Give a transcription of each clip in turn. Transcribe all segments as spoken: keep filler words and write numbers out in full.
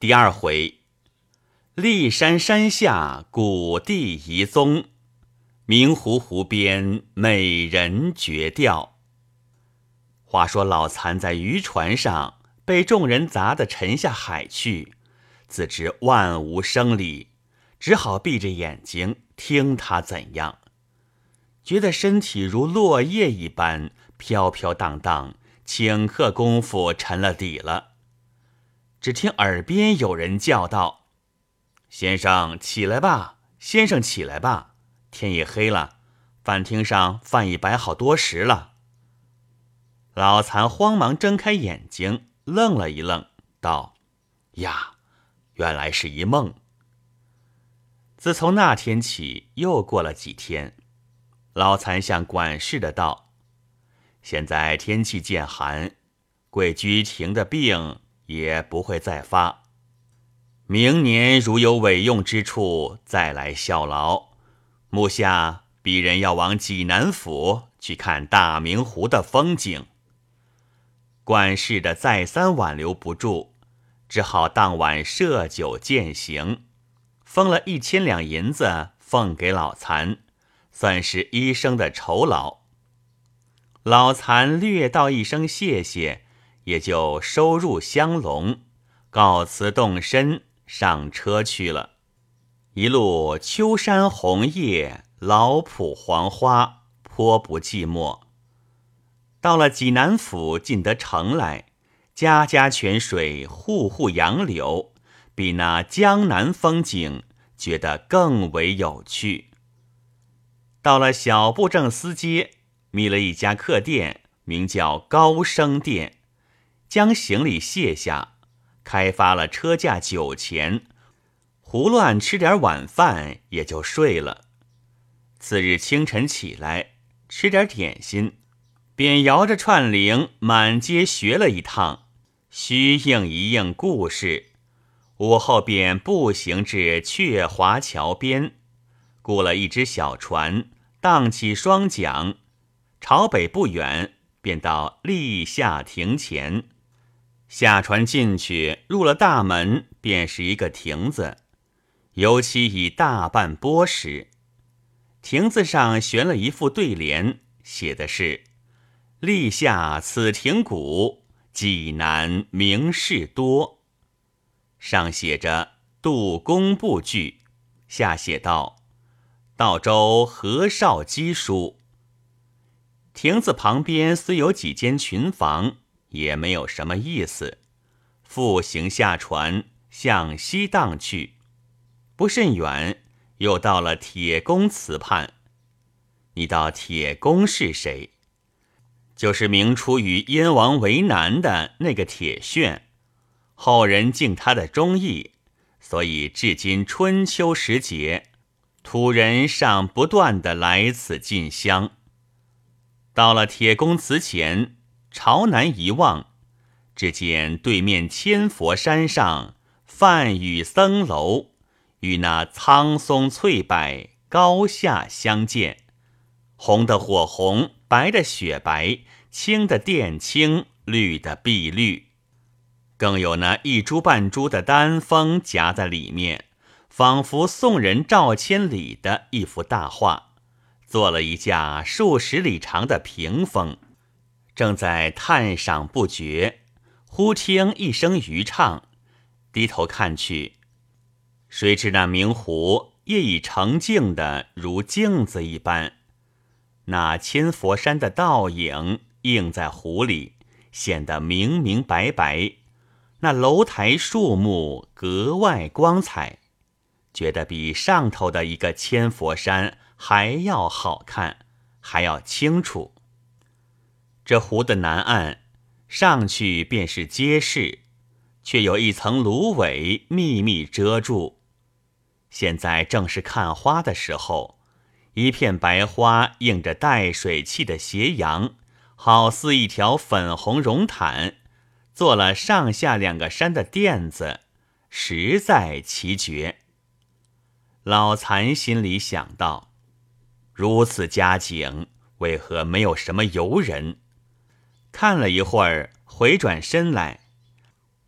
第二回，骊山山下古地遗踪，明湖湖边美人绝调。话说老残在渔船上被众人砸得沉下海去，自知万无生理，只好闭着眼睛听他怎样，觉得身体如落叶一般飘飘荡荡，顷刻功夫沉了底了。只听耳边有人叫道：先生起来吧，先生起来吧，天也黑了，饭厅上饭已摆好多时了。老残慌忙睁开眼睛，愣了一愣，道：呀，原来是一梦。自从那天起，又过了几天，老残向管事的道：现在天气渐寒，贵居停的病也不会再发，明年如有委用之处，再来效劳。目下鄙人要往济南府去看大明湖的风景。管事的再三挽留不住，只好当晚设酒饯行，封了一千两银子奉给老残，算是医生的酬劳。老残略道一声谢谢，也就收入香笼，告辞动身，上车去了。一路秋山红叶，老圃黄花，颇不寂寞。到了济南府，进得城来，家家泉水，户户杨柳，比那江南风景觉得更为有趣。到了小布政司街，觅了一家客店，名叫高升店，将行李卸下，开发了车价酒钱，胡乱吃点晚饭，也就睡了。次日清晨起来，吃点点心，便摇着串铃满街学了一趟，虚应一应故事。午后便步行至鹊华桥边，雇了一只小船，荡起双桨，朝北不远，便到立夏亭前。下船进去，入了大门，便是一个亭子，油漆已大半剥蚀。亭子上悬了一副对联，写的是：立夏此亭古，济南名士多。上写着杜工部句，下写道：道州何少基书。亭子旁边虽有几间群房，也没有什么意思。复行下船，向西荡去，不甚远，又到了铁公祠畔。你道铁公是谁？就是明初与燕王为难的那个铁铉，后人敬他的忠义，所以至今春秋时节，土人尚不断地来此进香。到了铁公祠前，朝南一望，只见对面千佛山上梵语僧楼，与那苍松翠柏高下相间，红的火红，白的雪白，青的靛青，绿的碧绿，更有那一株半株的丹枫夹在里面，仿佛宋人赵千里的一幅大画，做了一架数十里长的屏风，正在叹赏不绝。忽听一声渔唱，低头看去，谁知那明湖夜已澄净的如镜子一般，那千佛山的倒影映在湖里，显得明明白白，那楼台树木格外光彩，觉得比上头的一个千佛山还要好看，还要清楚。这湖的南岸上去便是街市，却有一层芦苇密密遮住。现在正是看花的时候，一片白花映着带水汽的斜阳，好似一条粉红绒毯，做了上下两个山的垫子，实在奇绝。老残心里想到，如此佳景，为何没有什么游人？看了一会儿，回转身来，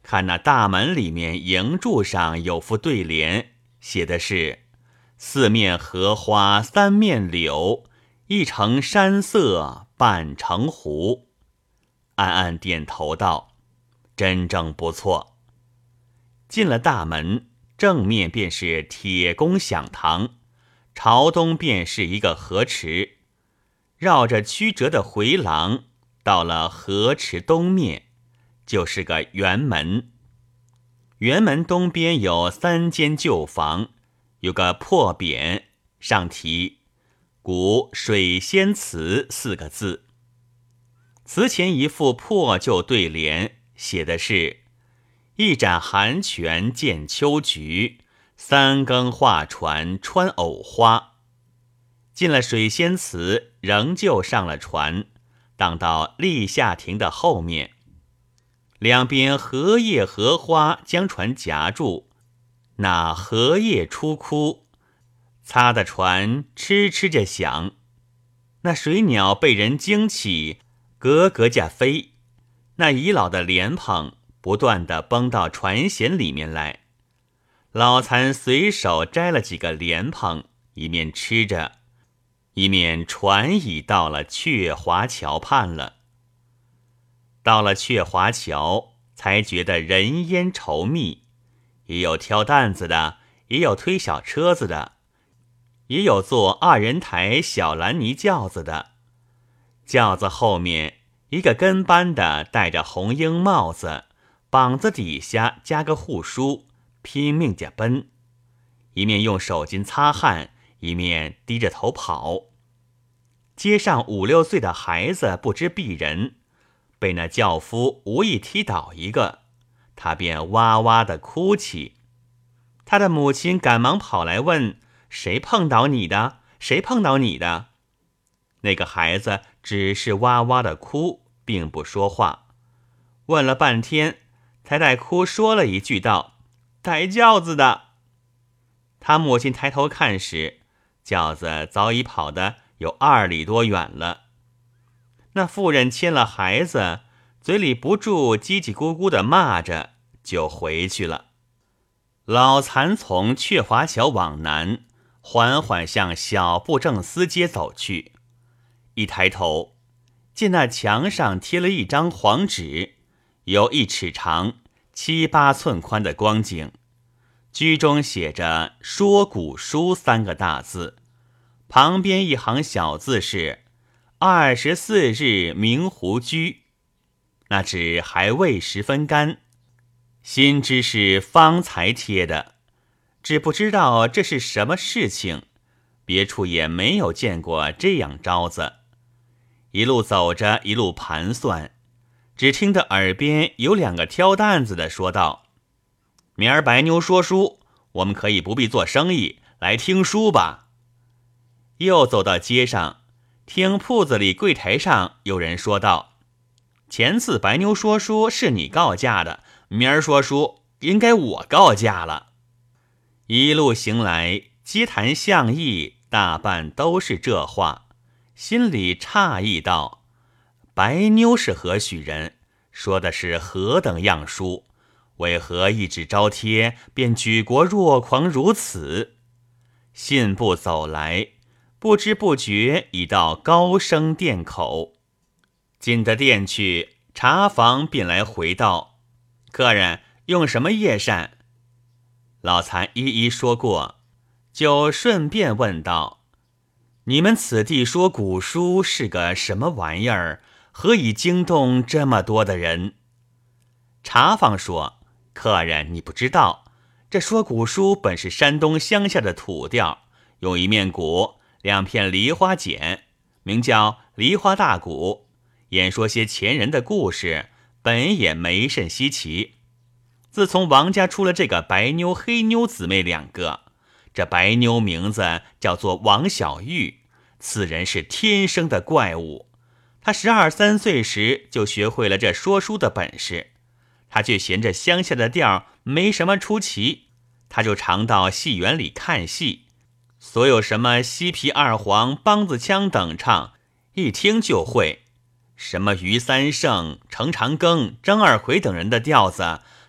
看那大门里面楹柱上有副对联，写的是四面荷花三面柳，一城山色半城湖。暗暗点头道：真正不错。进了大门，正面便是铁公享堂，朝东便是一个河池，绕着曲折的回廊，到了河池东面就是个辕门。辕门东边有三间旧房，有个破匾，上题古水仙祠四个字。祠前一副破旧对联，写的是一盏寒泉见秋菊，三更画船穿藕花。进了水仙祠，仍旧上了船，荡到立夏亭的后面，两边荷叶荷花将船夹住，那荷叶初枯，擦的船哧哧着响。那水鸟被人惊起，咯咯架飞，那已老的莲蓬不断地崩到船舷里面来。老残随手摘了几个莲蓬，一面吃着，一面船已到了鹊华桥畔了。到了鹊华桥，才觉得人烟稠密，也有挑担子的，也有推小车子的，也有坐二人台小蓝泥轿子的。轿子后面一个跟班的戴着红缨帽子，膀子底下加个护书，拼命地奔，一面用手巾擦汗，一面低着头跑。街上五六岁的孩子不知避人，被那轿夫无意踢倒一个，他便哇哇地哭起。他的母亲赶忙跑来问：谁碰倒你的？谁碰倒你的？那个孩子只是哇哇地哭，并不说话。问了半天，才带哭说了一句道：抬轿子的。他母亲抬头看时，轿子早已跑得有二里多远了。那妇人牵了孩子，嘴里不住叽叽咕咕地骂着，就回去了。老残从鹊华桥往南，缓缓向小布政司街走去。一抬头，见那墙上贴了一张黄纸，有一尺长、七八寸宽的光景，居中写着说古书三个大字，旁边一行小字是二十四日明湖居。那纸还未十分干，心知是方才贴的，只不知道这是什么事情，别处也没有见过这样招子。一路走着，一路盘算，只听得耳边有两个挑担子的说道：明儿白妞说书，我们可以不必做生意，来听书吧。又走到街上，听铺子里柜台上有人说道：前次白妞说书是你告假的，明儿说书应该我告假了。一路行来，街谈巷议大半都是这话，心里诧异道：白妞是何许人？说的是何等样书？为何一纸招贴便举国若狂如此？信步走来，不知不觉已到高升店口。进得店去，茶房便来回道：客人用什么夜膳？老残一一说过，就顺便问道：你们此地说古书是个什么玩意儿？何以惊动这么多的人？茶坊说：客人你不知道，这说古书本是山东乡下的土调，用一面鼓，两片梨花剪，名叫梨花大鼓，演说些前人的故事，本也没甚稀奇。自从王家出了这个白妞黑妞姊妹两个，这白妞名字叫做王小玉，此人是天生的怪物。他十二三岁时就学会了这说书的本事，他却嫌这乡下的调没什么出奇，他就常到戏园里看戏，所有什么西皮二黄、梆子腔等唱，一听就会。什么于三胜、程长庚、张二奎等人的调子，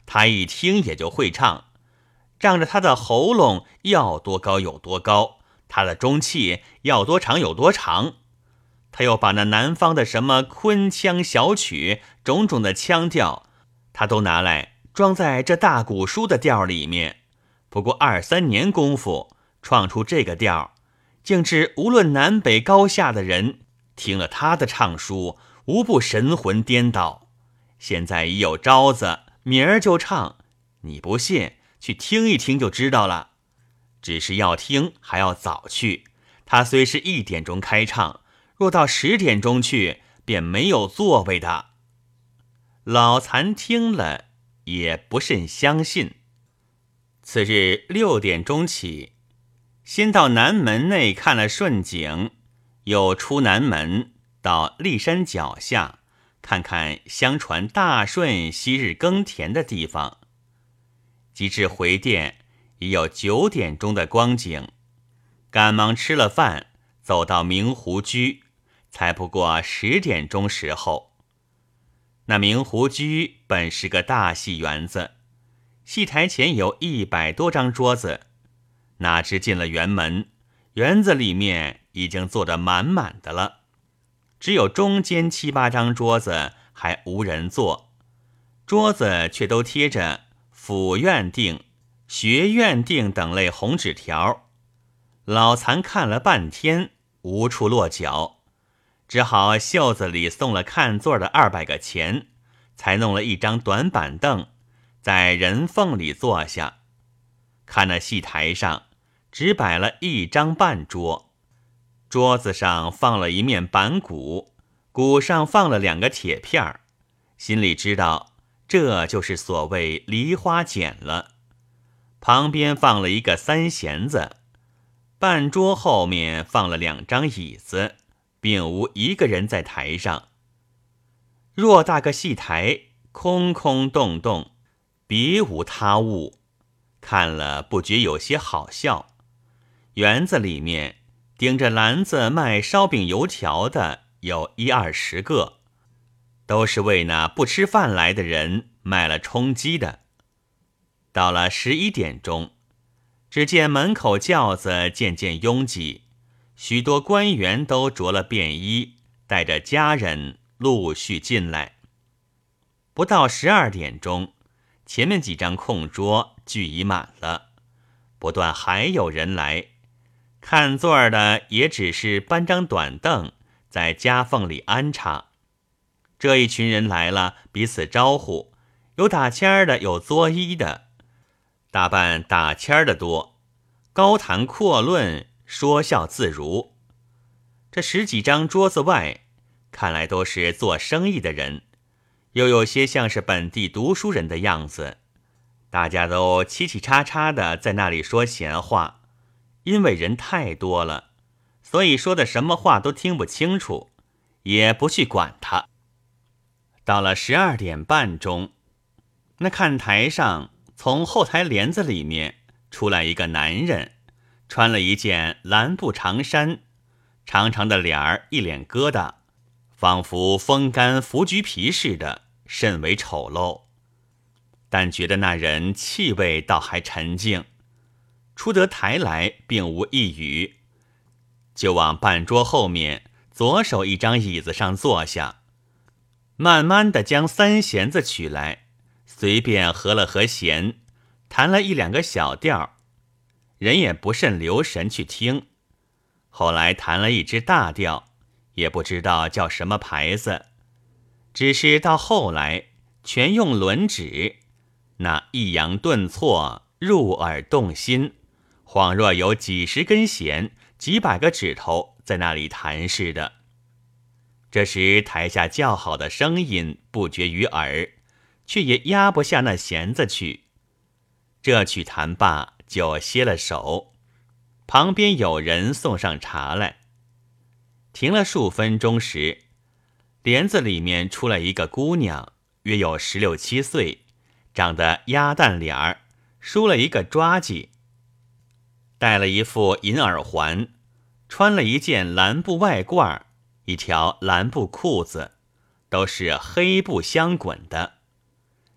他一听也就会唱，仗着他的喉咙要多高有多高，他的中气要多长有多长。他又把那南方的什么昆腔小曲，种种的腔调，他都拿来装在这大鼓书的调里面。不过二三年功夫，创出这个调，竟至无论南北高下的人听了他的唱书，无不神魂颠倒。现在已有招子，明儿就唱，你不信去听一听就知道了。只是要听还要早去，他虽是一点钟开唱，若到十点钟去，便没有座位的。老残听了也不甚相信。次日六点钟起，先到南门内看了顺景，又出南门到骊山脚下，看看相传大顺昔日耕田的地方。及至回殿，已有九点钟的光景，赶忙吃了饭，走到明湖居，才不过十点钟时候。那明湖居本是个大戏园子，戏台前有一百多张桌子，哪知进了园门，园子里面已经坐得满满的了，只有中间七八张桌子还无人坐，桌子却都贴着府院定、学院定等类红纸条。老残看了半天，无处落脚，只好袖子里送了看座的二百个钱，才弄了一张短板凳，在人缝里坐下。看那戏台上只摆了一张半桌，桌子上放了一面板鼓，鼓上放了两个铁片儿，心里知道这就是所谓梨花剪了。旁边放了一个三弦子，半桌后面放了两张椅子，并无一个人在台上。偌大个戏台空空洞洞，别无他物，看了不觉有些好笑。园子里面顶着篮子卖烧饼油条的有一二十个，都是为那不吃饭来的人卖了充饥的。到了十一点钟，只见门口轿子渐渐拥挤，许多官员都着了便衣，带着家人陆续进来。不到十二点钟，前面几张空桌聚已满了，不断还有人来，看座的也只是搬张短凳在夹缝里安插。这一群人来了，彼此招呼，有打签的，有作揖的，大半打签的多，高谈阔论，说笑自如。这十几张桌子外，看来都是做生意的人，又有些像是本地读书人的样子，大家都嘁嘁喳喳的在那里说闲话。因为人太多了，所以说的什么话都听不清楚，也不去管他。到了十二点半钟，那看台上从后台帘子里面出来一个男人，穿了一件蓝布长衫，长长的脸儿一脸疙瘩，仿佛风干伏橘皮似的，甚为丑陋。但觉得那人气味倒还沉静，出得台来并无一语，就往半桌后面左手一张椅子上坐下，慢慢地将三弦子取来，随便和了和弦，弹了一两个小调，人也不甚留神去听。后来弹了一支大调，也不知道叫什么牌子，只是到后来全用轮指，那抑扬顿挫，入耳动心，恍若有几十根弦，几百个指头在那里弹似的。这时台下较好的声音不绝于耳，却也压不下那弦子去。这曲弹罢就歇了手，旁边有人送上茶来。停了数分钟时，帘子里面出来一个姑娘，约有十六七岁，长得鸭蛋脸儿，梳了一个抓髻，戴了一副银耳环，穿了一件蓝布外褂，一条蓝布裤子，都是黑布相滚的。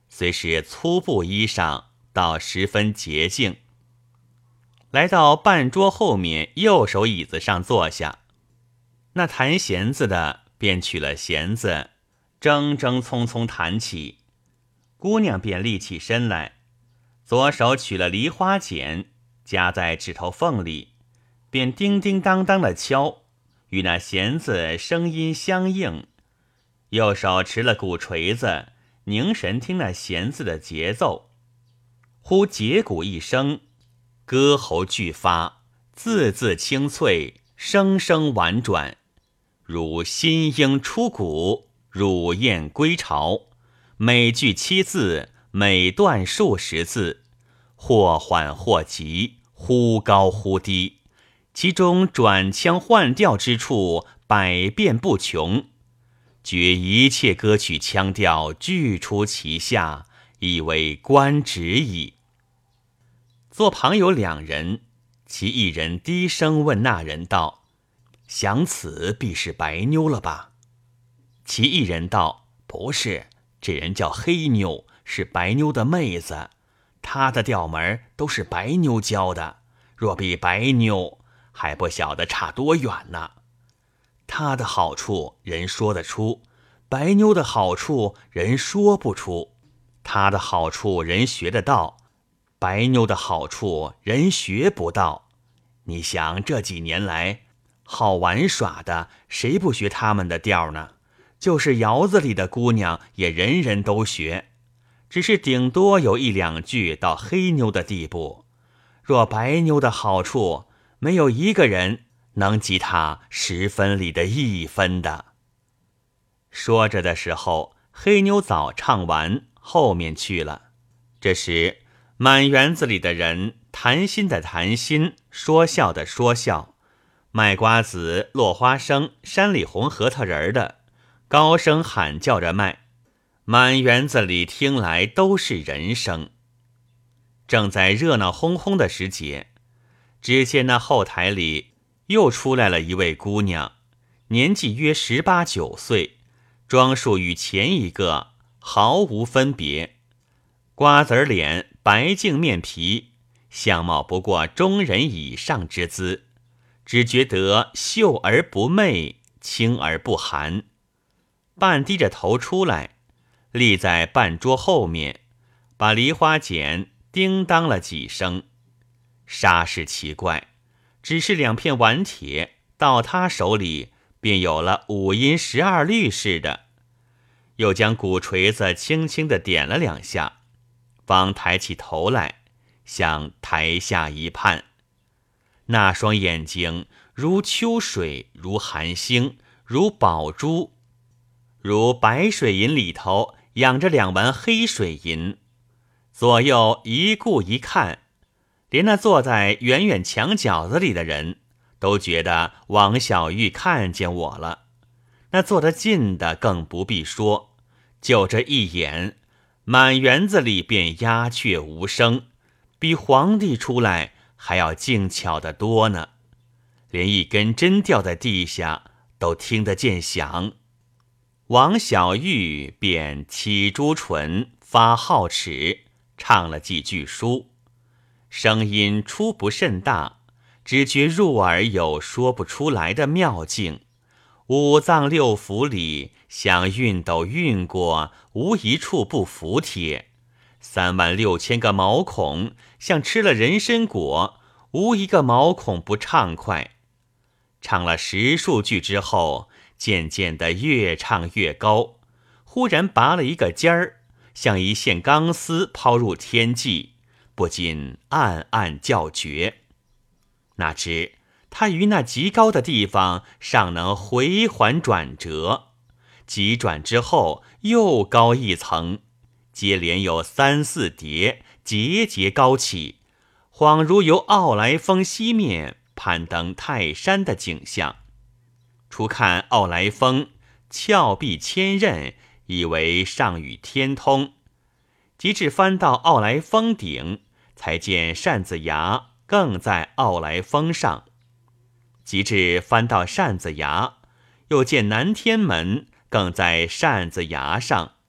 虽是粗布衣裳，倒十分洁净。来到半桌后面右手椅子上坐下，那弹弦子的便取了弦子，铮铮匆匆弹起。姑娘便立起身来，左手取了梨花剪，夹在指头缝里，便叮叮当当的敲，与那弦子声音相应。右手持了鼓锤子，凝神听那弦子的节奏。忽节鼓一声，歌喉俱发，字字清脆，声声婉转，如新莺出谷，乳燕归巢。每句七字，每段数十字，或缓或急，忽高忽低，其中转腔换调之处百变不穷，觉一切歌曲腔调俱出其下，以为观止矣。座旁有两人，其一人低声问那人道：想此必是白妞了吧？其一人道：不是，这人叫黑妞，是白妞的妹子，她的调门都是白妞教的，若比白妞还不晓得差多远呢。她的好处人说得出，白妞的好处人说不出。她的好处人学得到，白妞的好处人学不到。你想这几年来好玩耍的，谁不学他们的调呢？就是窑子里的姑娘也人人都学，只是顶多有一两句到黑妞的地步。若白妞的好处，没有一个人能及他十分里的一分的。说着的时候，黑妞早唱完，后面去了。这时满园子里的人谈心的谈心，说笑的说笑，卖瓜子、落花生、山里红核桃仁的高声喊叫着卖，满园子里听来都是人声。正在热闹哄哄的时节，只见那后台里又出来了一位姑娘，年纪约十八九岁，装束与前一个毫无分别，瓜子脸，白净面皮，相貌不过中人以上之姿，只觉得秀而不媚，清而不寒。半低着头出来，立在半桌后面，把梨花剪叮当了几声。煞是奇怪，只是两片顽铁，到他手里便有了五音十二律似的。又将鼓锤子轻轻地点了两下，方抬起头来，向台下一盼。那双眼睛如秋水，如寒星，如宝珠，如白水银里头养着两丸黑水银。左右一顾一看，连那坐在远远墙角子里的人都觉得王小玉看见我了，那坐得近的更不必说，就这一眼，满园子里便鸦雀无声，比皇帝出来还要静巧得多呢，连一根针掉在地下都听得见响。王小玉便起朱唇，发皓齿，唱了几句书，声音出不甚大，只觉入耳有说不出来的妙境。五脏六腑里像熨斗熨过，无一处不服帖。三万六千个毛孔像吃了人参果，无一个毛孔不畅快。唱了十数句之后，渐渐的越唱越高，忽然拔了一个尖儿，像一线钢丝抛入天际，不禁暗暗叫绝。哪知他于那极高的地方尚能回环转折，急转之后又高一层，接连有三四叠，节节高起，恍如由傲来峰西面攀登泰山的景象。初看傲来峰峭壁千仞，以为上与天通，及至翻到傲来峰顶，才见扇子崖更在傲来峰上。及至翻到扇子崖，又见南天门更在扇子崖上，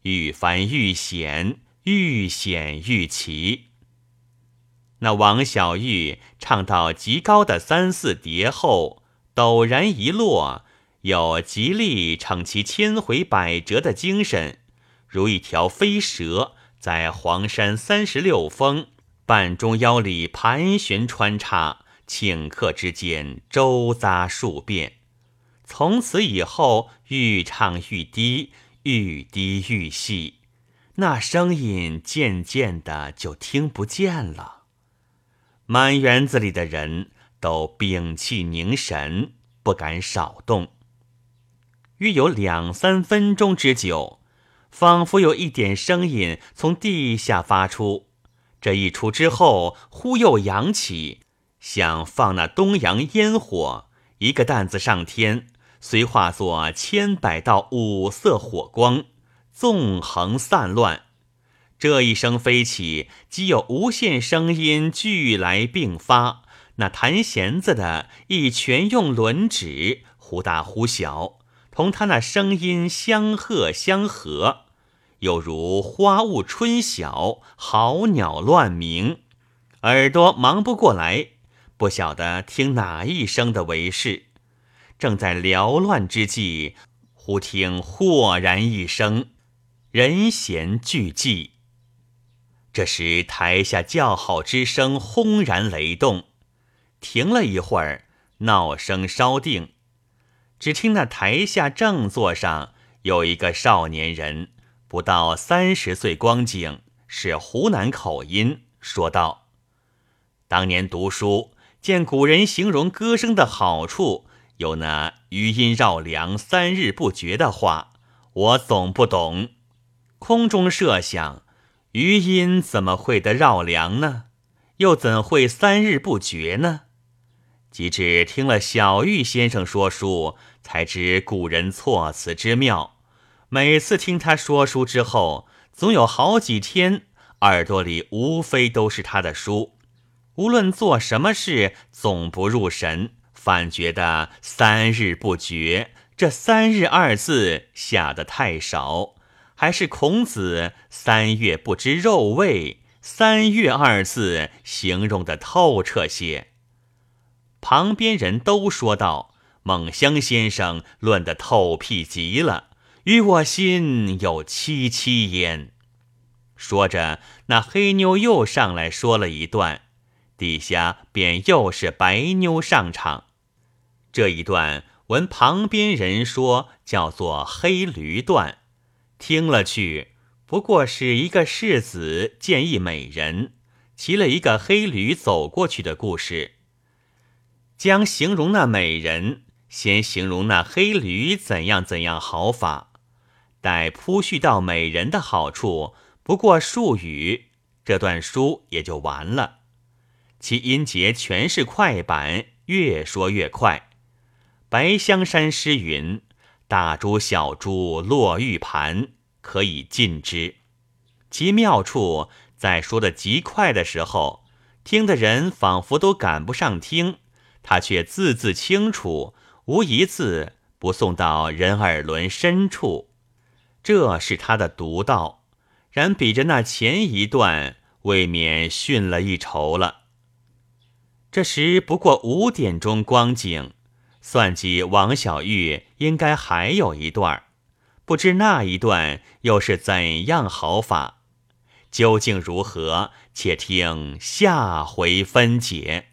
愈翻愈显，愈显愈奇。那王小玉唱到极高的三四叠后，陡然一落，有极力逞其千回百折的精神，如一条飞蛇在黄山三十六峰半中腰里盘旋穿插，顷刻之间周匝数遍。从此以后，愈唱愈低，愈低愈细，那声音渐渐的就听不见了。满园子里的人都屏气凝神，不敢少动。约有两三分钟之久，仿佛有一点声音从地下发出。这一出之后，忽又扬起，像放那东洋烟火，一个担子上天，虽化作千百道五色火光，纵横散乱。这一声飞起，即有无限声音俱来并发，那弹弦子的亦全用轮指，忽大忽小，同他那声音相和相合，又如花雾春晓，好鸟乱鸣，耳朵忙不过来，不晓得听哪一声的为是。正在缭乱之际，忽听豁然一声，人弦俱寂。这时台下叫好之声轰然雷动，停了一会儿，闹声稍定。只听那台下正座上有一个少年人，不到三十岁光景，是湖南口音，说道：当年读书，见古人形容歌声的好处，有那余音绕梁，三日不绝的话，我总不懂。空中设想，余音怎么会得绕梁呢？又怎会三日不绝呢？及至听了小玉先生说书，才知古人措辞之妙。每次听他说书之后，总有好几天耳朵里无非都是他的书，无论做什么事总不入神，反觉得三日不绝，这三日二字下得太少，还是孔子三月不知肉味，三月二字形容的透彻些。旁边人都说道，孟香先生论得透辟极了，与我心有戚戚焉。说着，那黑妞又上来说了一段，底下便又是白妞上场。这一段闻旁边人说叫做黑驴段，听了去，不过是一个世子见一美人，骑了一个黑驴走过去的故事。将形容那美人，先形容那黑驴怎样怎样好法，待铺叙到美人的好处，不过数语，这段书也就完了。其音节全是快板，越说越快。白香山诗云：大珠小珠落玉盘，可以尽之。其妙处在说得极快的时候，听的人仿佛都赶不上听，他却字字清楚，无一字不送到人耳轮深处，这是他的独到。然比着那前一段，未免逊了一筹了。这时不过五点钟光景，算计王小玉应该还有一段，不知那一段又是怎样好法，究竟如何，且听下回分解。